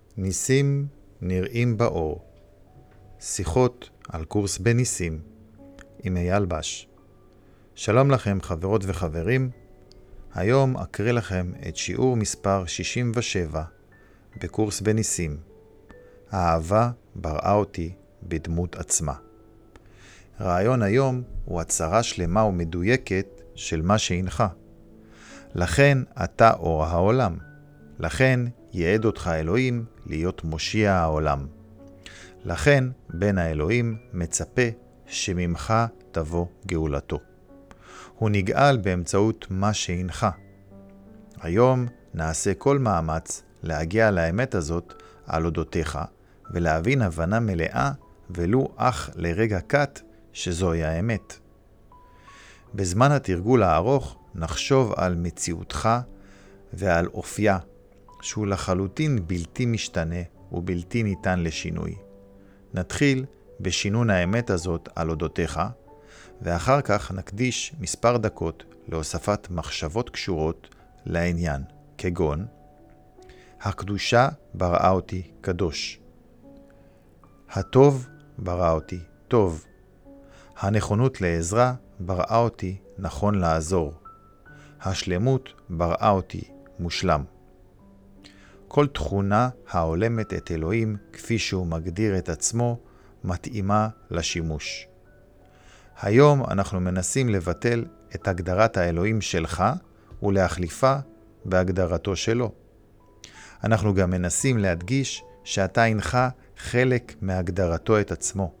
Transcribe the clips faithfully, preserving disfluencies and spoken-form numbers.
ניסים נראים באור. שיחות על קורס בניסים עם אייל בש. שלום לכם חברות וחברים. היום אקריא לכם את שיעור מספר שישים ושבע בקורס בניסים. האהבה בראה אותי בדמות עצמה. רעיון היום הוא הצהרה שלמה ומדויקת של מה שהנחה. לכן אתה אור העולם. לכן יעד אותך אלוהים להיות מושיע העולם. לכן בן האלוהים מצפה שממך תבוא גאולתו. הוא נגאל באמצעות מה שהנחה. היום נעשה כל מאמץ להגיע לאמת הזאת על אודותיך, ולהבין הבנה מלאה ולו אך לרגע קט שזוהי האמת. בזמן התרגול הארוך נחשוב על מציאותך ועל אופייה, שהוא לחלוטין בלתי משתנה ובלתי ניתן לשינוי. נתחיל בשינון האמת הזאת על אודותיך, ואחר כך נקדיש מספר דקות להוספת מחשבות קשורות לעניין, כגון הקדושה בראה אותי קדוש, הטוב בראה אותי טוב, הנכונות לעזרה בראה אותי נכון לעזור, השלמות בראה אותי מושלם. כל תכונה העולמת את אלוהים כפי שהוא מגדיר את עצמו מתאימה לשימוש. היום אנחנו מנסים לבטל את הגדרת האלוהים שלך ולהחליפה בהגדרתו שלו. אנחנו גם מנסים להדגיש שאתה אינך חלק מהגדרתו את עצמו.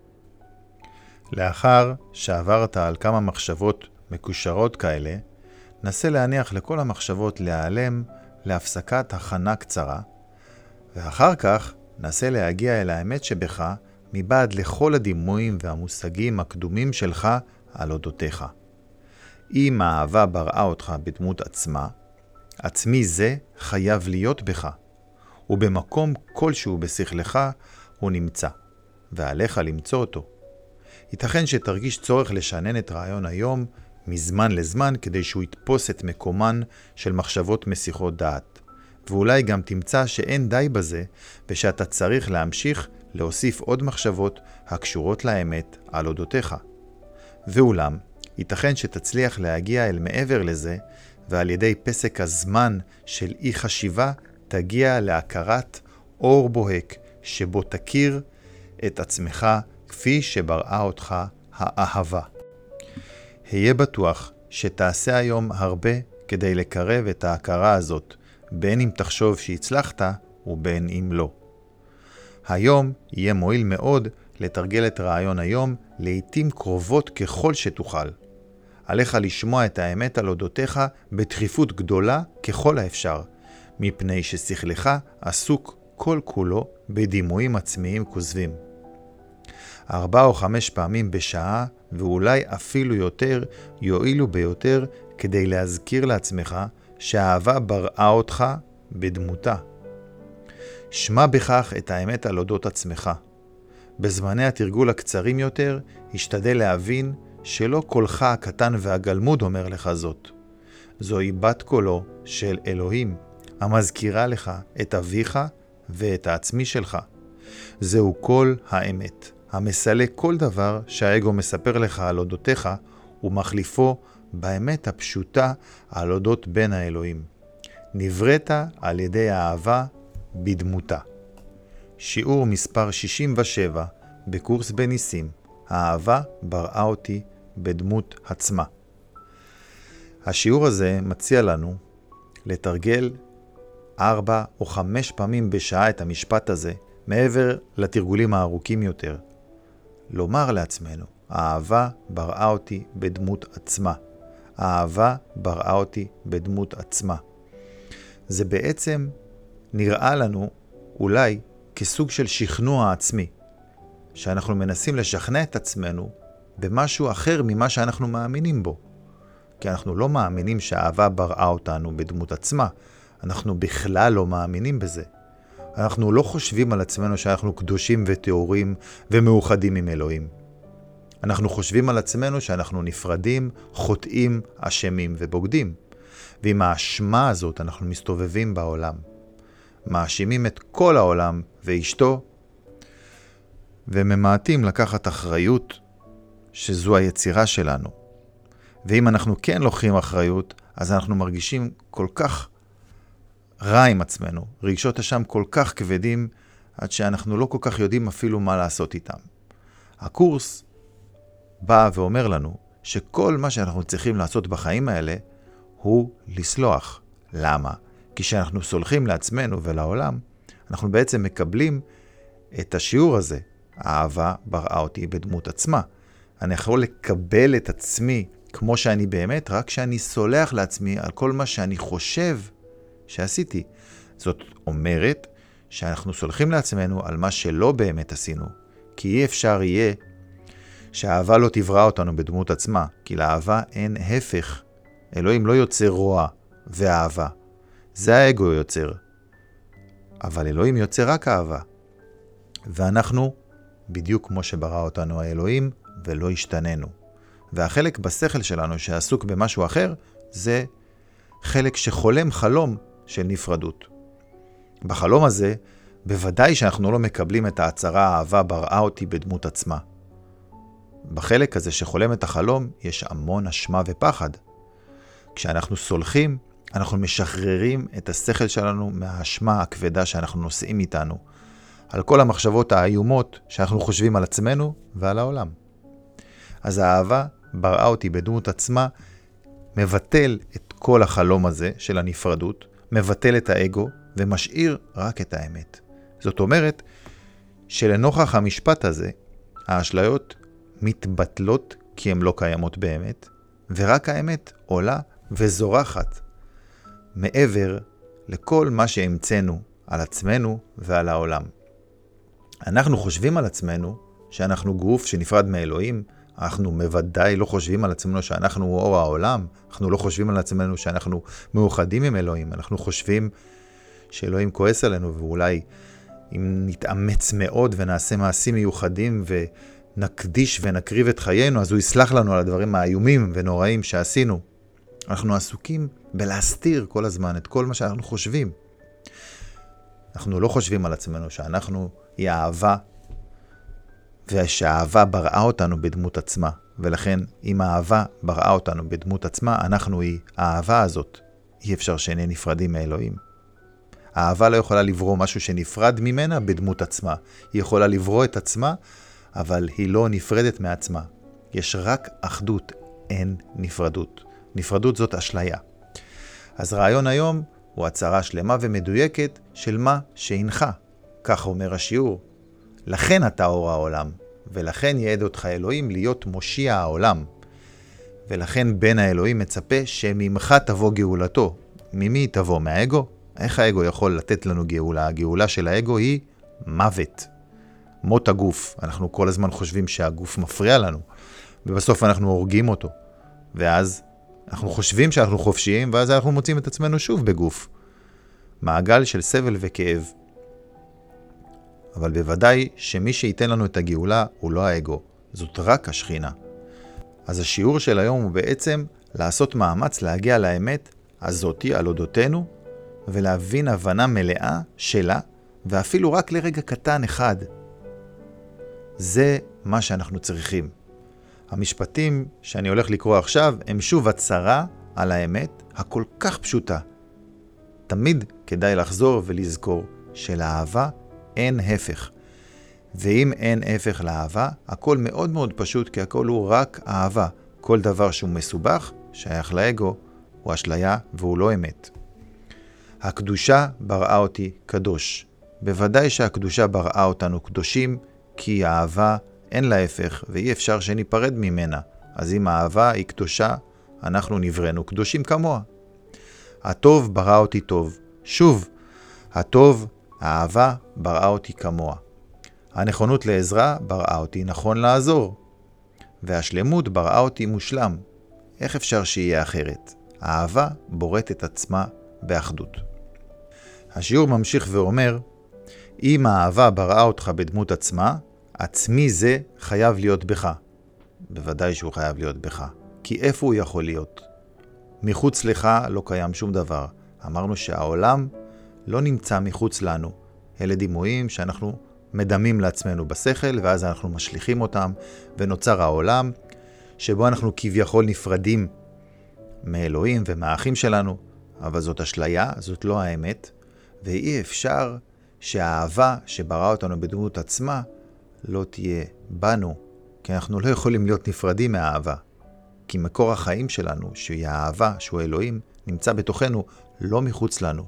לאחר שעברת על כמה מחשבות מקושרות כאלה, נסה להניח לכל המחשבות להיעלם להפסקת הכנה קצרה, ואחר כך נסה להגיע אל האמת שבך מבעד לכל הדימויים והמושגים הקדומים שלך על אודותיך. אם האהבה בראה אותך בדמות עצמה, עצמי זה חייב להיות בך, ובמקום כלשהו בשכלך הוא נמצא, ועליך למצוא אותו. ייתכן שתרגיש צורך לשנן את רעיון היום מזמן לזמן כדי שהוא יתפוס את מקומן של מחשבות מסיחות דעת, ואולי גם תמצא שאין די בזה ושאתה צריך להמשיך להוסיף עוד מחשבות הקשורות לאמת על אודותיך. ואולם, ייתכן שתצליח להגיע אל מעבר לזה, ועל ידי פסק הזמן של אי חשיבה תגיע להכרת אור בוהק שבו תכיר את עצמך כפי שבראה אותך האהבה. היה בטוח שתעשה היום הרבה כדי לקרב את ההכרה הזאת, בין אם תחשוב שהצלחת ובין אם לא. היום יהיה מועיל מאוד לתרגל את רעיון היום לעתים קרובות ככל שתוכל. עליך לשמוע את האמת על אודותיך בדחיפות גדולה ככל האפשר, מפני ששכלך עסוק כל כולו בדימויים עצמיים כוזבים. ארבע או חמש פעמים בשעה, ואולי אפילו יותר, יועילו ביותר כדי להזכיר לעצמך שהאהבה בראה אותך בדמותה. שמע בכך את האמת על אודות עצמך. בזמני התרגול הקצרים יותר, השתדל להבין שלא קולך הקטן והגלמוד אומר לך זאת. זוהי בת קולו של אלוהים, המזכירה לך את אביך ואת העצמי שלך. זהו קול האמת, המסלק כל דבר שהאגו מספר לך על אודותיך, ומחליפו באמת הפשוטה על אודות בן האלוהים. נבראת על ידי האהבה בדמותה. שיעור מספר שישים ושבע בקורס בניסים. האהבה בראה אותי בדמות עצמה. השיעור הזה מציע לנו לתרגל ארבע או חמש פעמים בשעה את המשפט הזה, מעבר לתרגולים הארוכים יותר. לומר לעצמנו, האהבה בראה אותי בדמות עצמה. האהבה בראה אותי בדמות עצמה. זה בעצם נראה לנו אולי כסוג של שכנוע עצמי, שאנחנו מנסים לשכנע את עצמנו במשהו אחר ממה שאנחנו מאמינים בו. כי אנחנו לא מאמינים שהאהבה בראה אותנו בדמות עצמה. אנחנו בכלל לא מאמינים בזה. אנחנו לא חושבים על עצמנו שאנחנו קדושים וטהורים ומאוחדים עם אלוהים. אנחנו חושבים על עצמנו שאנחנו נפרדים, חוטאים, אשמים ובוגדים. ועם האשמה הזאת אנחנו מסתובבים בעולם. מאשימים את כל העולם ואשתו, וממעטים לקחת אחריות שזו היצירה שלנו. ואם אנחנו כן לוקחים אחריות, אז אנחנו מרגישים כל כך רע עם עצמנו, רגשות אשם כל כך כבדים, עד שאנחנו לא כל כך יודעים אפילו מה לעשות איתם. הקורס בא ואומר לנו שכל מה שאנחנו צריכים לעשות בחיים האלה הוא לסלוח. למה? כי כשאנחנו סולחים לעצמנו ולעולם, אנחנו בעצם מקבלים את השיעור הזה. האהבה בראה אותי בדמות עצמה. אני יכול לקבל את עצמי כמו שאני באמת, רק כשאני סולח לעצמי על כל מה שאני חושב שעשיתי. זאת אומרת שאנחנו סולחים לעצמנו על מה שלא באמת עשינו. כי אי אפשר יהיה שהאהבה לא תברא אותנו בדמות עצמה, כי לאהבה אין הפך. אלוהים לא יוצר רוע ואהבה. זה האגו יוצר. אבל אלוהים יוצר רק אהבה. ואנחנו, בדיוק כמו שברא אותנו האלוהים, ולא השתננו. והחלק בשכל שלנו שעסוק במשהו אחר, זה חלק שחולם חלום של נפרדות. בחלום הזה, בוודאי שאנחנו לא מקבלים את ההצהרה האהבה בראה אותי בדמות עצמה. בחלק הזה שחולם את החלום, יש המון אשמה ופחד. כשאנחנו סולחים, אנחנו משחררים את השכל שלנו מהאשמה הכבדה שאנחנו נושאים איתנו, על כל המחשבות האיומות שאנחנו חושבים על עצמנו ועל העולם. אז האהבה בראה אותי בדמות עצמה, מבטל את כל החלום הזה של הנפרדות, מבטל את האגו ומשאיר רק את האמת. זאת אומרת שלנוכח המשפט הזה, האשליות מתבטלות כי הן לא קיימות באמת, ורק האמת עולה וזורחת מעבר לכל מה שהמצאנו על עצמנו ועל העולם. אנחנו חושבים על עצמנו שאנחנו גוף שנפרד מאלוהים, אנחנו בוודאי לא חושבים על עצמנו שאנחנו אור העולם, אנחנו לא חושבים על עצמנו שאנחנו מאוחדים עם אלוהים, אנחנו חושבים שאלוהים כועס עלינו, ואולי אם נתאמץ מאוד ונעשה מעשים מיוחדים ונקדיש ונקריב את חיינו, אז הוא יסלח לנו על הדברים האיומים ונוראים שעשינו. אנחנו עסוקים בלהסתיר כל הזמן את כל מה שאנחנו חושבים. אנחנו לא חושבים על עצמנו שאנחנו היא האהבה, ושהאהבה בראה אותנו בדמות עצמה. ולכן אם האהבה בראה אותנו בדמות עצמה, אנחנו היא האהבה הזאת. אי אפשר שנהיה נפרדים מאלוהים. האהבה לא יכולה לברוא משהו שנפרד ממנה בדמות עצמה. היא יכולה לברוא את עצמה, אבל היא לא נפרדת מעצמה. יש רק אחדות, אין נפרדות. נפרדות זאת אשליה. אז רעיון היום הוא הצהרה שלמה ומדויקת של מה שהנחה. כך אומר השיעור. לכן אתה אור העולם, ולכן יעד אותך אלוהים להיות מושיע העולם. ולכן בן האלוהים מצפה שממך תבוא גאולתו. ממי תבוא? מהאגו? איך האגו יכול לתת לנו גאולה? הגאולה של האגו היא מוות. מות הגוף. אנחנו כל הזמן חושבים שהגוף מפריע לנו, ובסוף אנחנו הורגים אותו. ואז אנחנו חושבים שאנחנו חופשיים, ואז אנחנו מוצאים את עצמנו שוב בגוף. מעגל של סבל וכאב. אבל בוודאי שמי שייתן לנו את הגאולה הוא לא האגו, זאת רק השכינה. אז השיעור של היום הוא בעצם לעשות מאמץ להגיע לאמת הזאתי על אודותינו, ולהבין הבנה מלאה שלה, ואפילו רק לרגע קטן אחד. זה מה שאנחנו צריכים. המשפטים שאני הולך לקרוא עכשיו הם שוב הצהרה על האמת הכל כך פשוטה. תמיד כדאי לחזור ולזכור שלאהבה אין הפך. ואם אין הפך לאהבה, הכל מאוד מאוד פשוט, כי הכל הוא רק אהבה. כל דבר שהוא מסובך, שייך לאגו, הוא אשליה והוא לא אמת. הקדושה בראה אותי קדוש. בוודאי שהקדושה בראה אותנו קדושים, כי האהבה אין לה הפך, ואי אפשר שניפרד ממנה. אז אם האהבה היא קדושה, אנחנו נבראנו קדושים כמוה. הטוב ברא אותי טוב. שוב, הטוב, האהבה בראה אותי כמוה. הנכונות לעזרה בראה אותי נכון לעזור. והשלמות בראה אותי מושלם. איך אפשר שיהיה אחרת? האהבה בוראת את עצמה באחדות. השיעור ממשיך ואומר, אם האהבה בראה אותך בדמות עצמה, עצמי זה חייב להיות בך. בוודאי שהוא חייב להיות בך. כי איפה הוא יכול להיות? מחוץ לך לא קיים שום דבר. אמרנו שהעולם לא נמצא מחוץ לנו. אלה דימויים שאנחנו מדמים לעצמנו בשכל, ואז אנחנו משליכים אותם, ונוצר העולם, שבו אנחנו כביכול נפרדים מאלוהים ומהאחים שלנו, אבל זאת אשליה, זאת לא האמת, ואי אפשר שהאהבה שברא אותנו בדמות עצמה לא תהיה בנו, כי אנחנו לא יכולים להיות נפרדים מהאהבה, כי מקור החיים שלנו, שהיא האהבה, שהוא אלוהים, נמצא בתוכנו, לא מחוץ לנו.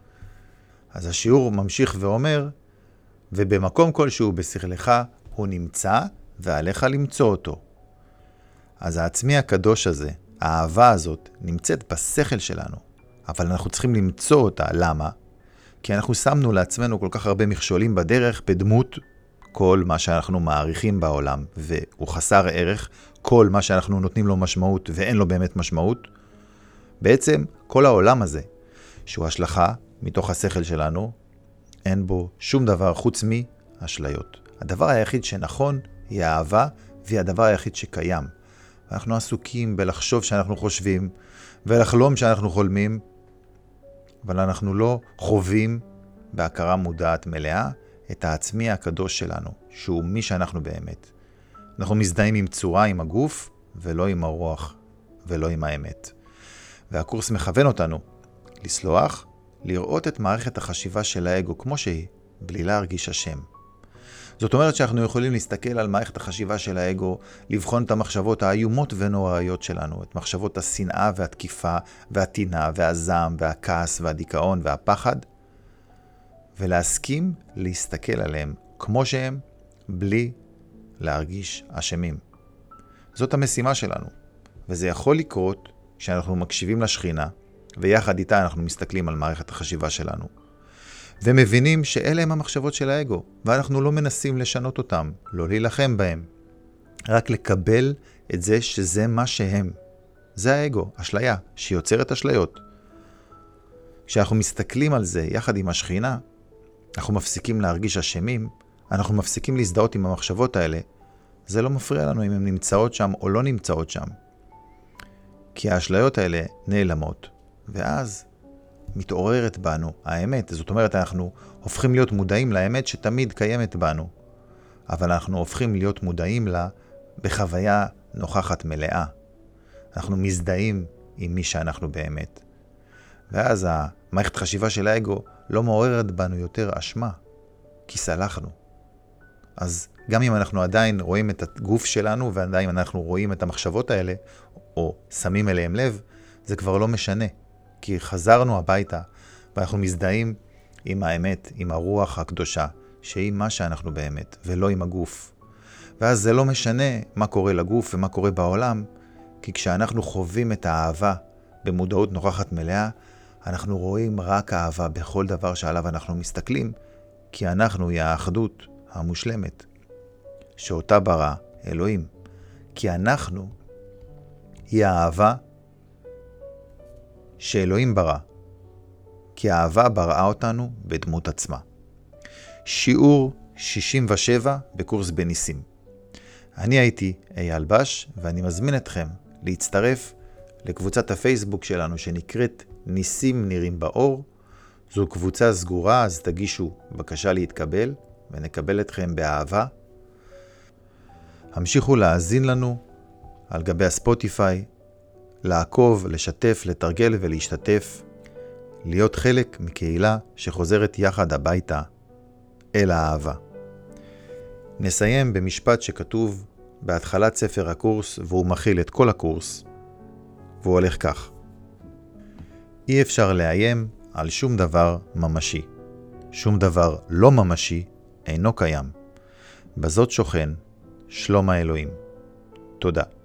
אז השיעור ממשיך ואומר, ובמקום כלשהו בשכלך הוא נמצא, ועליך למצוא אותו. אז העצמי הקדוש הזה, האהבה הזאת, נמצאת בשכל שלנו, אבל אנחנו צריכים למצוא אותה. למה? כי אנחנו שמנו לעצמנו כל כך הרבה מכשולים בדרך, בדמות כל מה שאנחנו מעריכים בעולם, והוא חסר ערך, כל מה שאנחנו נותנים לו משמעות ואין לו באמת משמעות. בעצם כל העולם הזה, שהוא השלכה מתוך השכל שלנו, אין בו שום דבר חוץ מאשליות. הדבר היחיד שנכון היא האהבה, והיא הדבר היחיד שקיים. אנחנו עסוקים בלחשוב שאנחנו חושבים, ולחלום שאנחנו חולמים, אבל אנחנו לא חווים בהכרה מודעת מלאה את העצמי הקדוש שלנו, שהוא מי שאנחנו באמת. אנחנו מזדהים עם צורה, עם הגוף, ולא עם הרוח, ולא עם האמת. והקורס מכוון אותנו לסלוח, לראות את מערכת החשיבה של האגו כמו שהיא, בלי להרגיש השם. זאת אומרת שאנחנו יכולים להסתכל על מערכת החשיבה של האגו, לבחון את המחשבות האיומות ונוראיות שלנו, את מחשבות השנאה והתקיפה והטינה והזעם והכעס והדיכאון והפחד, ולהסכים להסתכל עליהם כמו שהם, בלי להרגיש אשמים. זאת המשימה שלנו, וזה יכול לקרות כשאנחנו מקשיבים לשכינה, ויחד איתה אנחנו מסתכלים על מערכת החשיבה שלנו. ומבינים שאלה הם המחשבות של האגו, ואנחנו לא מנסים לשנות אותם, לא להילחם בהם, רק לקבל את זה שזה מה שהם. זה האגו, אשליה, שיוצרת אשליות. כשאנחנו מסתכלים על זה יחד עם השכינה, אנחנו מפסיקים להרגיש אשמים, אנחנו מפסיקים להזדהות עם המחשבות האלה, זה לא מפריע לנו אם הן נמצאות שם או לא נמצאות שם. כי האשליות האלה נעלמות, ואז מתעוררת בנו האמת. זאת אומרת, אנחנו הופכים להיות מודעים לאמת שתמיד קיימת בנו, אבל אנחנו הופכים להיות מודעים לה בחוויה נוכחת מלאה. אנחנו מזדהים עם מי שאנחנו באמת. ואז המערכת חשיבה של האגו לא מעוררת בנו יותר אשמה, כי סלחנו. אז גם אם אנחנו עדיין רואים את הגוף שלנו, ועדיין אנחנו רואים את המחשבות האלה, או שמים אליהם לב, זה כבר לא משנה. כי חזרנו הביתה, ואנחנו מזדהים עם האמת, עם הרוח הקדושה, שהיא מה שאנחנו באמת, ולא עם הגוף. ואז זה לא משנה מה קורה לגוף ומה קורה בעולם, כי כשאנחנו חווים את האהבה במודעות נוכחת מלאה, אנחנו רואים רק אהבה בכל דבר שעליו אנחנו מסתכלים, כי אנחנו היא האחדות המושלמת, שאותה ברא אלוהים. כי אנחנו היא האהבה שאלוהים ברא, כי האהבה בראה אותנו בדמות עצמה. שיעור שישים ושבע בקורס בניסים. אני הייתי אייל בש, ואני מזמין אתכם להצטרף לקבוצת הפייסבוק שלנו שנקראת ניסים נראים באור. זו קבוצה סגורה, אז תגישו בקשה להתקבל, ונקבל אתכם באהבה. המשיכו להאזין לנו על גבי הספוטיפיי, לעקוב, לשתף, לתרגל ולהשתתף, להיות חלק מקהילה שחוזרת יחד הביתה אל האהבה. נסיים במשפט שכתוב בהתחלת ספר הקורס, והוא מכיל את כל הקורס, והוא הולך כך: אי אפשר לאיים על שום דבר ממשי. שום דבר לא ממשי אינו קיים. בזאת שוכן שלום האלוהים. תודה.